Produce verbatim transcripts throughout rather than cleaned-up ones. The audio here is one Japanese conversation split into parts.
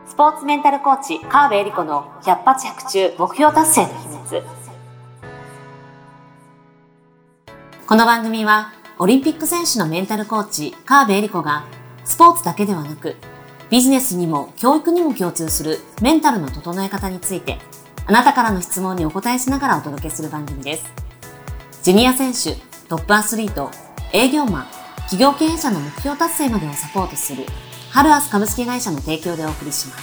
スポーツメンタルコーチ川辺恵理子の百発百中目標達成の秘密。この番組はオリンピック選手のメンタルコーチ川辺恵理子がスポーツだけではなくビジネスにも教育にも共通するメンタルの整え方についてあなたからの質問にお答えしながらお届けする番組です。ジュニア選手、トップアスリート、営業マン、企業経営者の目標達成までをサポートするハルアス株式会社の提供でお送りします。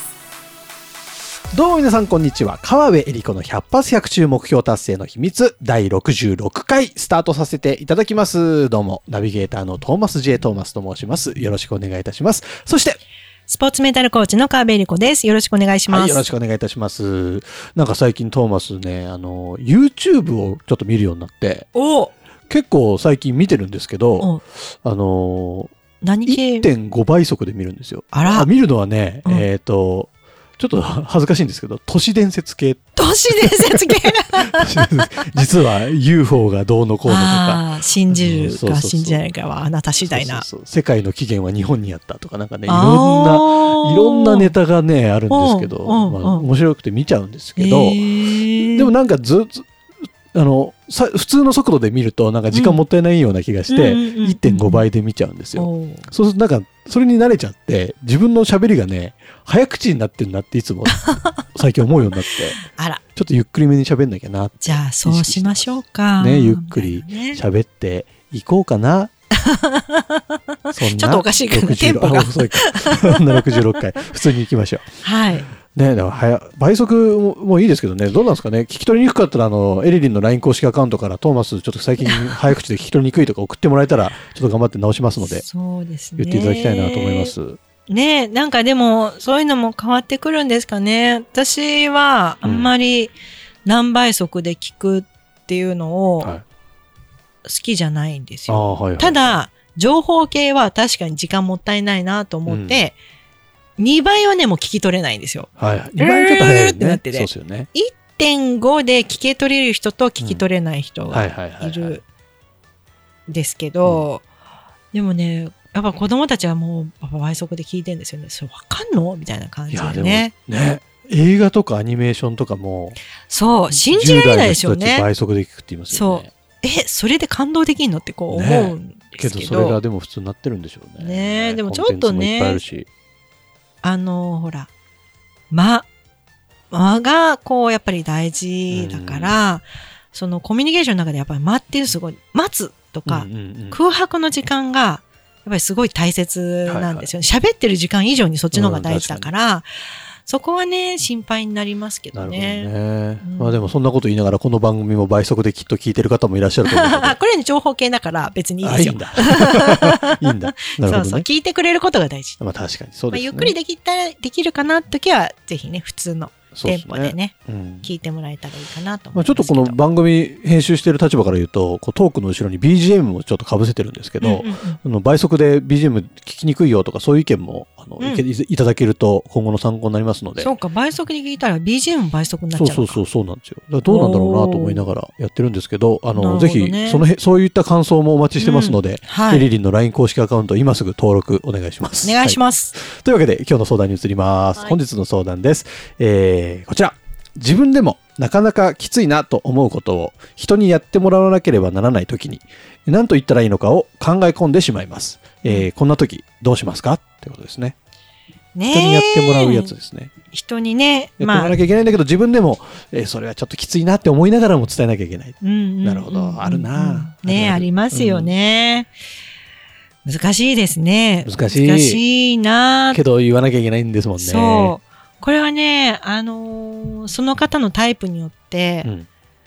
どうも皆さんこんにちは。川辺恵理子の百発百中目標達成の秘密だいろくじゅうろっかいスタートさせていただきます。どうもナビゲーターのトーマス J トーマスと申します。よろしくお願いいたします。そしてスポーツメンタルコーチの川辺恵理子です。よろしくお願いします。 はい、よろしくお願いいたします。なんか最近トーマスね、あの YouTube をちょっと見るようになって、 お結構最近見てるんですけど、あの何系いってんご 倍速で見るんですよ。 あらあ見るのはね、 うん、 えっとちょっと恥ずかしいんですけど、都市伝説系。 都市伝説系実は ユーフォー がどうのこうのとか。 信じるか信じないかはあなた次第な。 そうそうそう、世界の起源は日本にあったとかなんかね、いろんな、いろんなネタがね、あるんですけど、まあ、面白くて見ちゃうんですけど、でもなんかずっと、あのさ普通の速度で見るとなんか時間もったいないような気がして いってんご 倍で見ちゃうんですよ。そうするとなんかそれに慣れちゃって自分の喋りがね早口になってるなっていつも最近思うようになってあらちょっとゆっくりめに喋んなきゃなって。 じゃあそうしましょうかね、ゆっくり喋っていこうかな。そんなちょっとおかしいかなテンポが遅いかろくじゅうろっかい普通に行きましょう。 はいね、だから早倍速 も, もいいですけどね、どうなんですかね、聞き取りにくかったらあのエリリンの ライン 公式アカウントからトーマスちょっと最近早口で聞き取りにくいとか送ってもらえたらちょっと頑張って直しますので、 そうですね、 言っていただきたいなと思います。 ねえ、なんかでもそういうのも変わってくるんですかね。私はあんまり何倍速で聞くっていうのを好きじゃないんですよ。 うんはいはいはい、 ただ情報系は確かに時間もったいないなと思って、うん、にばいはねもう聞き取れないんですよ。 はい、にばいちょっと早いよね。 ってなってて、 そうですよね。 いってんご で聞き取れる人と聞き取れない人がいるんですけど、でもねやっぱ子供たちはもう倍速で聞いてるんですよね。それ分かんのみたいな感じでね。 いやでもね、映画とかアニメーションとかもそう信じられないですよね。 倍速で聞くって言いますよね。 そうえそれで感動できんのってこう思うんですけど、 ね、けどそれがでも普通になってるんでしょうね。 ねでもちょっとねあるしあのほら間間がこうやっぱり大事だから、うん、そのコミュニケーションの中でやっぱり間っていうすごい待つとか、うんうんうん、空白の時間がやっぱりすごい大切なんですよね。喋、はいはい、ってる時間以上にそっちの方が大事だから、うん、そこはね心配になりますけどね。 なるほどね、うん、まあでもそんなこと言いながらこの番組も倍速できっと聞いてる方もいらっしゃると思うのでこれね情報系だから別にいいですよ。 いいんだいいんだ。なるほどね。 そうそう聞いてくれることが大事。 まあ確かにそうですね。 まあ、ゆっくりできたできるかなって時はぜひね普通のテンポでね、うん、聞いてもらえたらいいかなと思いますけど、まあ、 ちょっとこの番組編集している立場から言うとこうトークの後ろに ビージーエム もちょっと被せてるんですけど、うんうんうん、あの倍速で ビージーエム 聞きにくいよとかそういう意見もあの、うん、い, いただけると今後の参考になりますので。 そうか倍速で聞いたら ビージーエム も倍速になっちゃうのか。 そうそうそうそうなんですよ。だからどうなんだろうなと思いながらやってるんですけど、あの、ね、ぜひそのそういった感想もお待ちしてますので、うんはい、エリリンの ライン 公式アカウント今すぐ登録お願いします。 お願いします、 はい、というわけで今日の相談に移ります、はい、本日の相談です、えー、こちら。自分でもなかなかきついなと思うことを人にやってもらわなければならないときに何と言ったらいいのかを考え込んでしまいます、えー、こんな時どうしますかってことですね。ね人にやってもらうやつですね。 人にねやってもらわなきゃいけないんだけど、自分でも、えー、それはちょっときついなって思いながらも伝えなきゃいけない、うんうんうんうん、なるほどあるなねありますよね、うん、難しいですね。 難しい難しいなけど言わなきゃいけないんですもんね。 そうこれはね、あのー、その方のタイプによって、うん、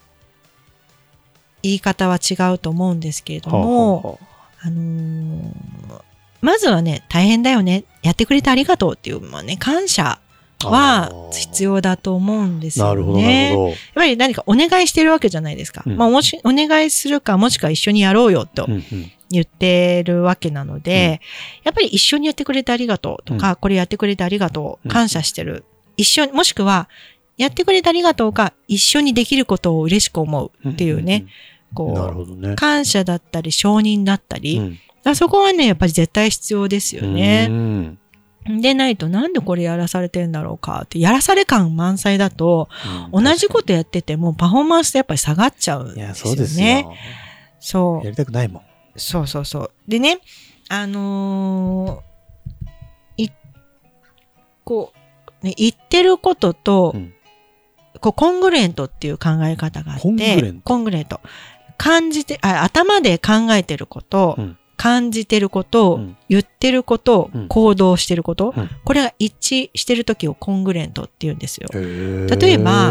言い方は違うと思うんですけれども、はあはああのー、まずはね大変だよねやってくれてありがとうっていう、まあね、感謝は必要だと思うんですよね。なるほどなるほど。やっぱり何かお願いしてるわけじゃないですか、うんまあ、もしお願いするかもしくは一緒にやろうよと、うんうん言ってるわけなので、うん、やっぱり一緒にやってくれてありがとうとか、うん、これやってくれてありがとう、感謝してる。一緒に、もしくは、やってくれてありがとうか、一緒にできることを嬉しく思うっていうね、うんうんうん、こう、なるほどね、感謝だったり承認だったり、うん、だそこはね、やっぱり絶対必要ですよね。うんでないとなんでこれやらされてんだろうかって、やらされ感満載だと、うん、同じことやっててもパフォーマンスってやっぱり下がっちゃうんですよね。いや、そうですよ。そう。 やりたくないもん。 そうそうそう。でね、あのー、い、こう、ね、言ってることと、うん、こう、コングレントっていう考え方があって、コングレント。コングレント。感じて、あ、頭で考えてること、うん感じてること、うん、言ってること、うん、行動してること、うん、これが一致してるときをコングレントって言うんですよ。例えば、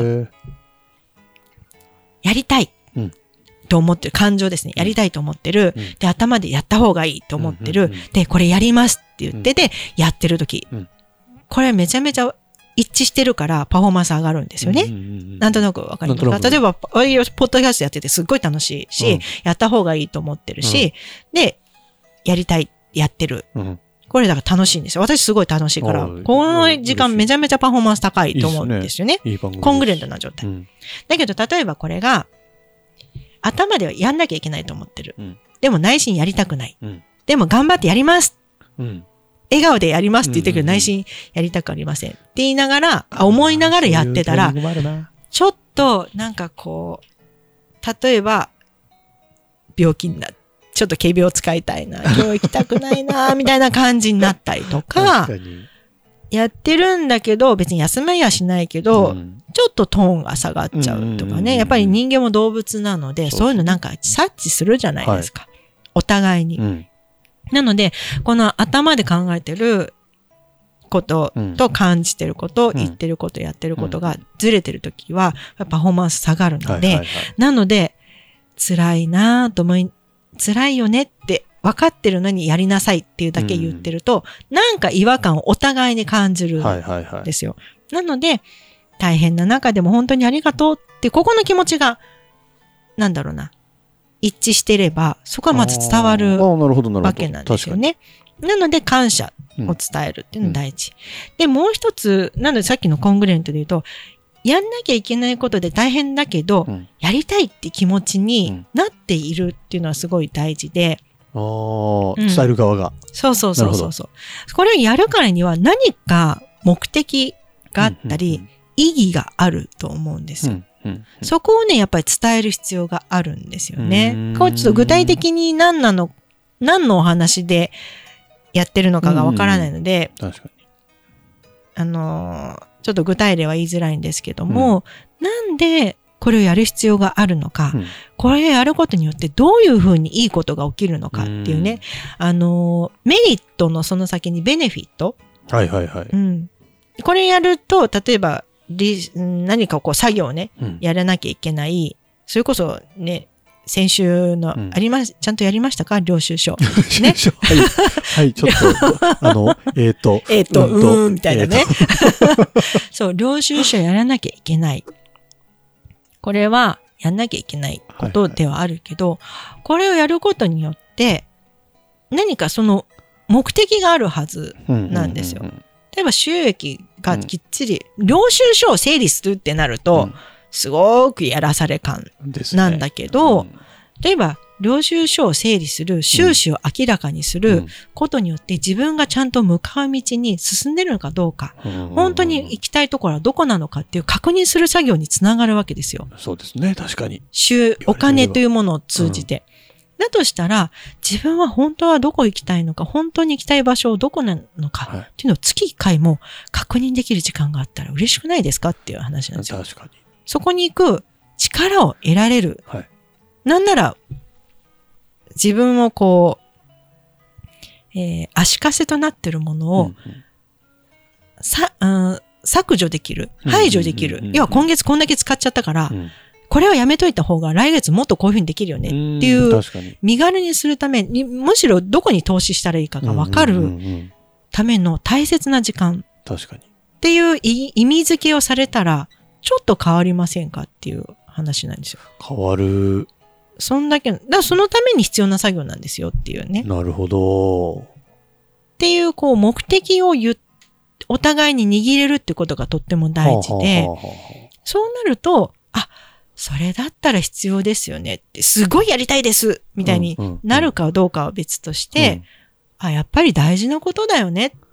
やりたいと思ってる、感情ですね。やりたいと思ってる。うん、で、頭でやった方がいいと思ってる。うんうんうん、で、これやりますって言ってて、うん、やってるとき、うん。これめちゃめちゃ一致してるからパフォーマンス上がるんですよね。うんうんうん、なんとなくわかりますか？例えば、ポッドキャストやっててすっごい楽しいし、うん、やった方がいいと思ってるし、うん、で、やりたい、やってる。うん、これだから楽しいんですよ。私すごい楽しいから、この時間めちゃめちゃパフォーマンス高いと思うんですよね。いいですね。コングレントな状態。うん、だけど、例えばこれが、頭ではやんなきゃいけないと思ってる。うん、でも内心やりたくない。うん、でも頑張ってやります。うん、笑顔でやりますって言ってくるけど、内心やりたくありません。って言いながら、思いながらやってたら、ちょっとなんかこう、例えば、病気になって、ちょっと仮病使いたいな、今日行きたくないな、みたいな感じになったりとか、やってるんだけど、別に休めやしないけど、うん、ちょっとトーンが下がっちゃうとかね、やっぱり人間も動物なので、そう、そういうのなんか察知するじゃないですか。はい、お互いに、うん。なので、この頭で考えてることと感じてること、うん、言ってること、やってることがずれてるときは、パフォーマンス下がるので、はいはいはい、なので、辛いなぁと思い、辛いよねって分かってるのにやりなさいっていうだけ言ってると、うん、なんか違和感をお互いに感じるんですよ。はいはいはい、なので、大変な中でも本当にありがとうって、ここの気持ちが、なんだろうな、一致してれば、そこはまず伝わるわけなんですよね。なので、感謝を伝えるっていうのが第一。うん、で、もう一つ、なのでさっきのコングレントで言うと、やんなきゃいけないことで大変だけど、うん、やりたいって気持ちになっているっていうのはすごい大事で。 うん、ああ、伝える側が。 そうそうそうそうそう。これをやるからには何か目的があったり、うんうんうん、意義があると思うんですよ。うんうんうん、そこをね、やっぱり伝える必要があるんですよね。こうちょっと具体的に何なの、何のお話でやってるのかがわからないので、 うんうん、確かに。 あのー、ちょっと具体例は言いづらいんですけども、うん、なんでこれをやる必要があるのか、うん、これをやることによってどういうふうにいいことが起きるのかっていうね、うん、あの、メリットのその先にベネフィット。 はいはいはい。 うん。これやると、例えば、何かこう作業をね、うん、やらなきゃいけない、それこそね、先週の、うん、ありま、ちゃんとやりましたか？領収書。ね。 はい。はい、ちょっと、あの、えっ、ー、と。 えっと、うーん、みたいなね。そう、領収書やらなきゃいけない。これは、やんなきゃいけないことではあるけど、はいはい、これをやることによって、何かその目的があるはずなんですよ。うんうんうんうん、例えば収益がきっちり、うん、領収書を整理するってなると、うん、すごくやらされ感なんだけど、ねうん、例えば領収書を整理する、収支を明らかにすることによって自分がちゃんと向かう道に進んでるのかどうか、うん、本当に行きたいところはどこなのかっていう確認する作業につながるわけですよ。 そうですね、確かに。 収、お金というものを通じて。うん、だとしたら、自分は本当はどこ行きたいのか、本当に行きたい場所をどこなのか、はい、っていうのを月いっかいも確認できる時間があったら嬉しくないですかっていう話なんですよ。 確かに。 そこに行く力を得られる。はい、なんなら、自分をこう、えー、足かせとなっているものを、うんうん、さ、うん、削除できる。排除できる。要は今月こんだけ使っちゃったから、うん、これはやめといた方が来月もっとこういうふうにできるよねっていう、身軽にするために、むしろどこに投資したらいいかがわかるための大切な時間。 確かに。 っていう意味付けをされたら、ちょっと変わりませんかっていう話なんですよ。 変わる。 そんだけ、だからそのために必要な作業なんですよっていうね。 なるほど。 っていう、こう、目的を言っ、お互いに握れるってことがとっても大事で、はあはあはあ、そうなると、あ、それだったら必要ですよねって、すごいやりたいですみたいになるかどうかは別として、うんうんうん、あ、やっぱり大事なことだよねっ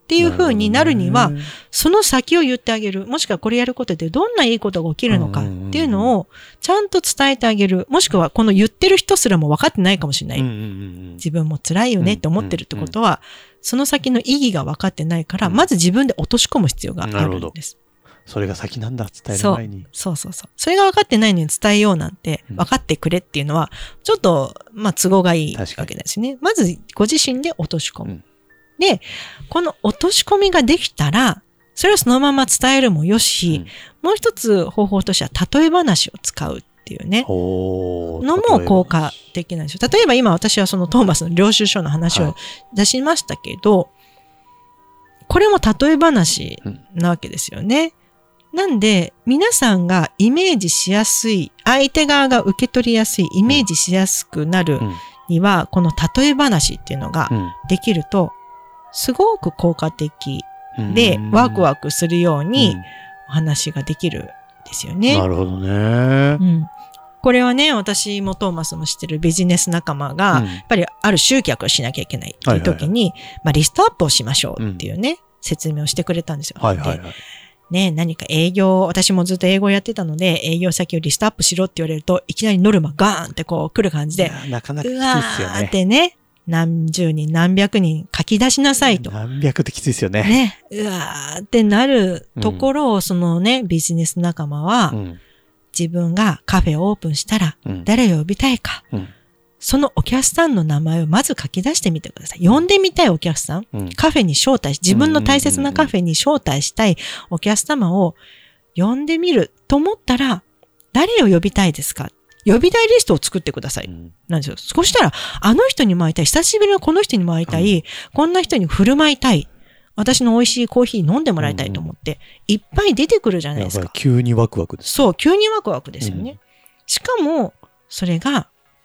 っていう風になるには、その先を言ってあげる。もしくはこれやることでどんないいことが起きるのかっていうのをちゃんと伝えてあげる。もしくはこの言ってる人すらも分かってないかもしれない。自分も辛いよねって思ってるってことは、その先の意義が分かってないから、まず自分で落とし込む必要があるんです。 それが先なんだ、伝える前に。 そう、そうそうそう。それが分かってないのに伝えようなんて、分かってくれっていうのは、ちょっと、まあ、都合がいいわけですね。まず、ご自身で落とし込む。うん、で、この落とし込みができたら、それをそのまま伝えるもよし、うん、もう一つ方法としては、例え話を使うっていうね、のも効果的なんですよ。例えば今私はそのトーマスの領収書の話を出しましたけど、はい、これも例え話なわけですよね。なんで、皆さんがイメージしやすい、相手側が受け取りやすい、イメージしやすくなるには、うん、この例え話っていうのができると、すごく効果的で、うん、ワクワクするようにお話ができるんですよね。 なるほどね。 うん。これはね、私もトーマスも知ってるビジネス仲間が、うん、やっぱりある集客をしなきゃいけないっていう時に、はいはいはい、まあ、リストアップをしましょうっていうね、うん、説明をしてくれたんですよ。はいはいはい。ね、何か営業、私もずっと英語やってたので、営業先をリストアップしろって言われると、いきなりノルマガーンってこう来る感じで、 なかなかきついですよね。 うわーってね、何十人何百人書き出しなさいと。 何百ってきついですよね。 ね、うわーってなるところを、そのね、ビジネス仲間は、うん、自分がカフェをオープンしたら、誰を呼びたいか、うんうんそのお客さんの名前をまず書き出してみてください。呼んでみたいお客さん、うん、カフェに招待し、自分の大切なカフェに招待したいお客様を呼んでみると思ったら、誰を呼びたいですか？呼びたいリストを作ってください。うん、なんですよ。そしたら、あの人にも会いたい。久しぶりのこの人にも会いたい。うん、こんな人に振る舞いたい。私の美味しいコーヒー飲んでもらいたいと思って、うんうん、いっぱい出てくるじゃないですか。 急にワクワクです。 そう、急にワクワクですよね。うん、しかも、それが、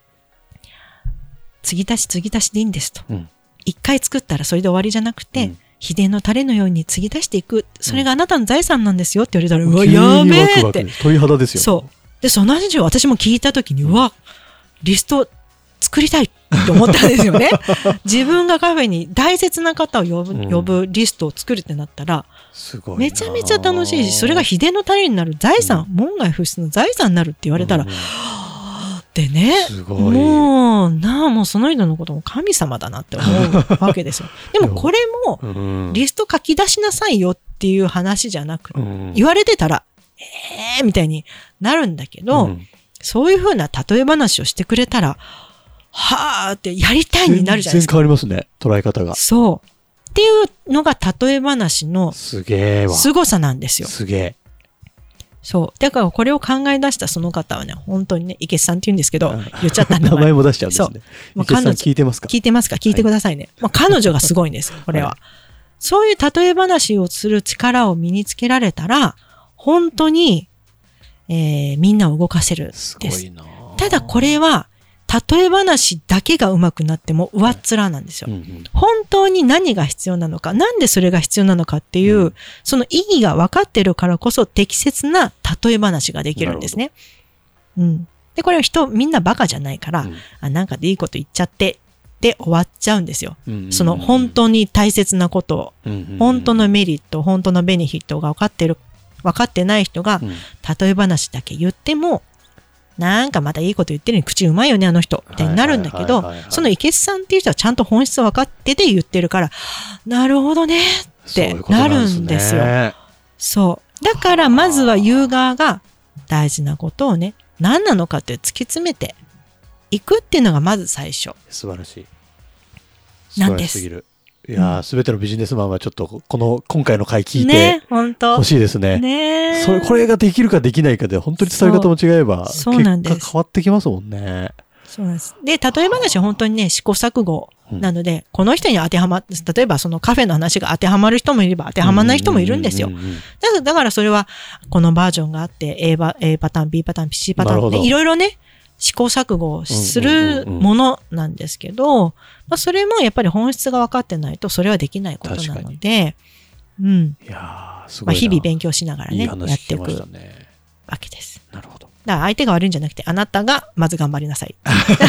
継ぎ足し継ぎ足しでいいんですと。一、うん、回作ったらそれで終わりじゃなくて、うん、秘伝のタレのように継ぎ足していく。それがあなたの財産なんですよって言われたら、うん、うわ、やべえって。 鳥肌ですよ。 そう。で、その話を私も聞いたときに、うわ、リスト作りたいって思ったんですよね。自分がカフェに大切な方を呼ぶ、うん、呼ぶリストを作るってなったら、 すごいめちゃめちゃ楽しいし、それが秘伝のタレになる財産、うん、門外不出の財産になるって言われたら、うんでね、 すごいもう、なあ、もうその人のことも神様だなって思うわけですよ。でもこれも、リスト書き出しなさいよっていう話じゃなく、うん、言われてたら、えーみたいになるんだけど、うん、そういうふうな例え話をしてくれたら、はーってやりたいになるじゃないですか。 全然変わりますね、捉え方が。 そう。っていうのが例え話のすげえわ。 凄さなんですよ。 すげえ。 そう。だからこれを考え出したその方はね、本当にね、池さんって言うんですけど、言っちゃったんだ。 名前も出しちゃうんですね。そう。池さん聞いてますか？ 聞いてますか？聞いてくださいね。はい、まあ、彼女がすごいんです、これは。はい、そういう例え話をする力を身につけられたら、本当に、えー、みんなを動かせるんです。すごいな。ただこれは、例え話だけが上手くなっても上っ面なんですよ、はいうんうん。本当に何が必要なのか、なんでそれが必要なのかっていう、うん、その意義が分かってるからこそ適切な例え話ができるんですね。うん。で、これは人、みんなバカじゃないから、うん、あ、なんかでいいこと言っちゃってで終わっちゃうんですよ。うんうんうん、その本当に大切なことを、うんうんうん、本当のメリット、本当のベネフィットが分かってる、分かってない人が、うん、例え話だけ言っても、なんかまたいいこと言ってるのに口うまいよねあの人みたいになるんだけど、その池さんっていう人はちゃんと本質分かってて言ってるから、なるほどねってなるんですよ。そう。だからまずは言う側が大事なことをね、何なのかって突き詰めていくっていうのがまず最初。 素晴らしい。なんです。素晴らしすぎる。いやー、すべ、うん、てのビジネスマンはちょっとこの今回の回聞いて欲しいですね。ね、それこれができるかできないかで本当に伝え方も違えば結果変わってきますもんね。 そうなんです。で、例え話は本当にね、試行錯誤なので、うん、この人に当てはまって、例えばそのカフェの話が当てはまる人もいれば当てはまらない人もいるんですよ。だからそれはこのバージョンがあって A パ、A パターン、B パターン、C パターンでいろいろね、試行錯誤をするものなんですけど、まあ、それもやっぱり本質が分かってないとそれはできないことなので、うん。いやー、すごいな。まあ、日々勉強しながらね、いい話やっていくわけです。 なるほど。 だから相手が悪いんじゃなくて、あなたがまず頑張りなさい。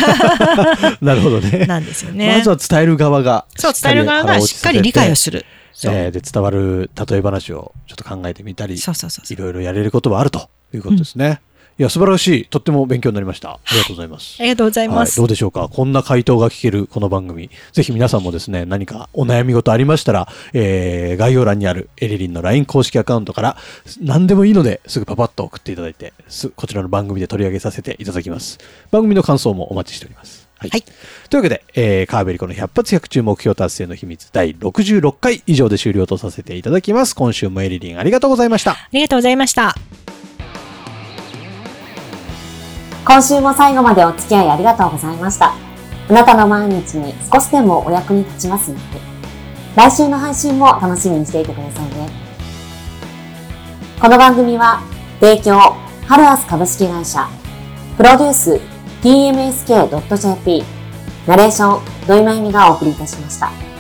なるほどね。 なんですよね。 まずは伝える側が。 そう、伝える側がしっかり理解をする。 えー、で伝わる例え話をちょっと考えてみたり、 そうそうそうそう、 いろいろやれることはあるということですね。うん、いや素晴らしい、とっても勉強になりました。ありがとうございます。 ありがとうございます。 はい、どうでしょうか。こんな回答が聞けるこの番組、ぜひ皆さんもですね、何かお悩み事ありましたら、えー、概要欄にあるエリリンの ライン 公式アカウントから何でもいいのですぐパパッと送っていただいて、こちらの番組で取り上げさせていただきます。番組の感想もお待ちしております。はいはい、というわけで、えー、川辺理子のひゃく発ひゃく中目標達成の秘密だいろくじゅうろっかい以上で終了とさせていただきます。今週もエリリンありがとうございました。 ありがとうございました。 今週も最後までお付き合いありがとうございました。あなたの毎日に少しでもお役に立ちますように。来週の配信も楽しみにしていてくださいね。この番組は提供ハルアス株式会社、プロデュース ティーエムエスケードットジェーピー、 ナレーション土井真由美がお送りいたしました。